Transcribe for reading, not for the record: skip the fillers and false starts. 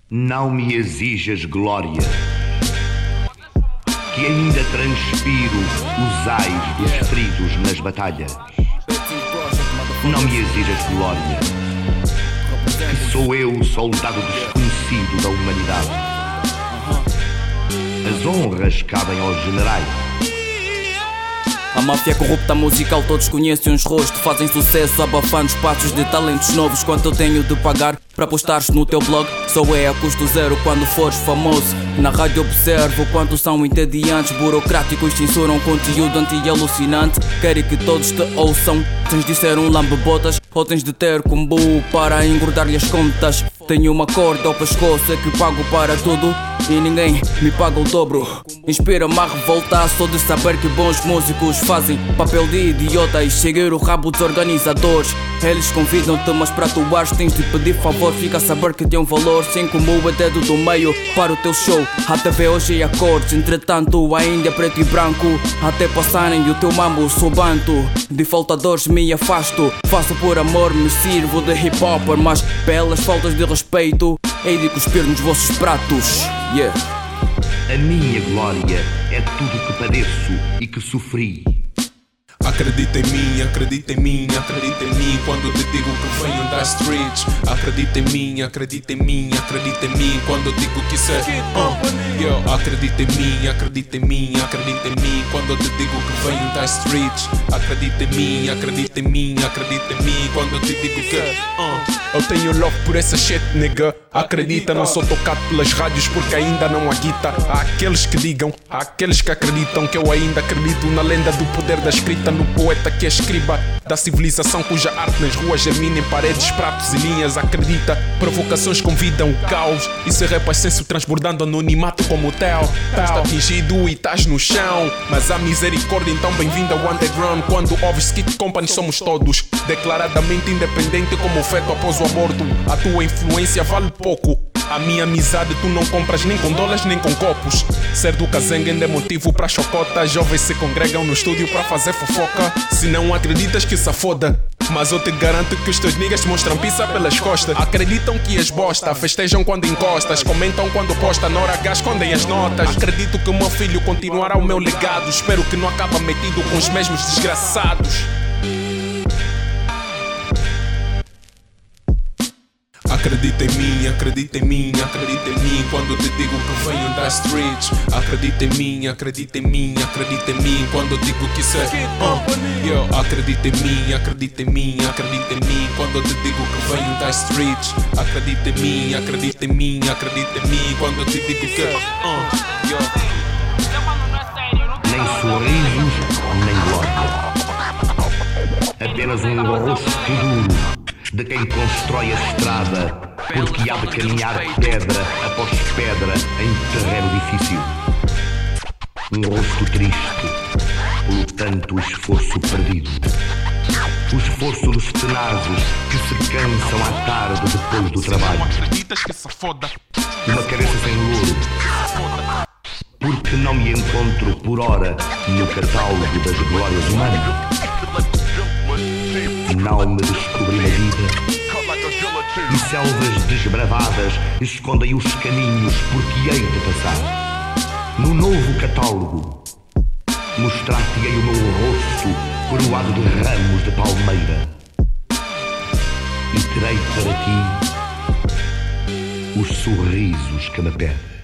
Não me exijas glória, que ainda transpiro os ais dos feridos nas batalhas. Não me exijas glória, que sou eu o soldado desconhecido da humanidade. As honras cabem aos generais. A máfia corrupta musical, todos conhecem uns rostos, fazem sucesso abafando espaços de talentos novos. Quanto eu tenho de pagar para postares no teu blog? Só é a custo zero quando fores famoso. Na rádio observo quanto são entediantes, burocráticos, censuram conteúdo anti-alucinante. Querem que todos te ouçam, tens de ser um lambe-botas ou tens de ter combo para engordar-lhe as contas. Tenho uma corda ao pescoço, é que pago para tudo e ninguém me paga o dobro. Inspira-me a revoltar só de saber que bons músicos fazem papel de idiota e seguir o rabo dos organizadores. Eles convidam-te, mas para atuares tens de pedir favor. Fica a saber que tem um valor, sem como o dedo do meio para o teu show. A TV hoje é acordes, entretanto ainda é preto e branco. Até passarem o teu mambo, sou banto. De faltadores me afasto, faço por amor, me sirvo de hip-hopper. Mas pelas faltas de respeito, hei de cuspir nos vossos pratos. Yeah. A minha glória é tudo que padeço e que sofri. Acredita em mim, acredita em mim, acredita em mim quando te digo que venho das streets. Acredita em mim, acredita em mim, acredita em mim quando digo que isso é acredita em mim, acredita em mim, acredita em mim quando te digo que venho das streets. Acredita em mim, acredita em mim, acredita em mim quando te digo que eu tenho love por essa shit, nigga. Acredita, não sou tocado pelas rádios porque ainda não há guita. Há aqueles que digam, há aqueles que acreditam que eu ainda acredito na lenda do poder da escrita, no poeta que é escriba da civilização cuja arte nas ruas germina em paredes, pratos e linhas. Acredita, provocações convidam o caos e se rap é senso transbordando anonimato como o Theo. Estás atingido e estás no chão, mas há misericórdia, então bem-vindo ao underground. Quando ouves Skit Company somos todos declaradamente independente como o feto após o aborto. A tua influência vale pouco, a minha amizade tu não compras nem com dólares nem com copos. Ser do Kazenga ainda é motivo pra chocota. Jovens se congregam no estúdio pra fazer fofoca. Se não acreditas que se foda, mas eu te garanto que os teus niggas mostram pizza pelas costas. Acreditam que és bosta, festejam quando encostas, comentam quando posta, na hora H escondem as notas. Acredito que o meu filho continuará o meu legado, espero que não acabe metido com os mesmos desgraçados. Acredita em mim, acredita em mim, acredita em mim quando te digo que venho das streets. Acredita em mim, acredita em mim, acredita em mim quando digo que isso é acredita em mim, acredita em mim, acredita em mim quando te digo que venho das streets. Acredita em mim, acredita em mim, acredita em mim quando te digo que Nem sorrisos, nem glória, apenas um rosto duro de quem constrói a estrada, porque há de caminhar pedra após pedra em terreno difícil. Um rosto triste pelo tanto esforço perdido, o esforço dos tenazes que se cansam à tarde depois do trabalho. Uma cabeça sem louro, porque não me encontro por hora no catálogo das glórias humanas. Não me descobri na vida, e selvas desbravadas escondem os caminhos por que hei de passar. No novo catálogo mostrar-te-ei o meu rosto coroado de ramos de palmeira, e terei para ti os sorrisos que me pedem.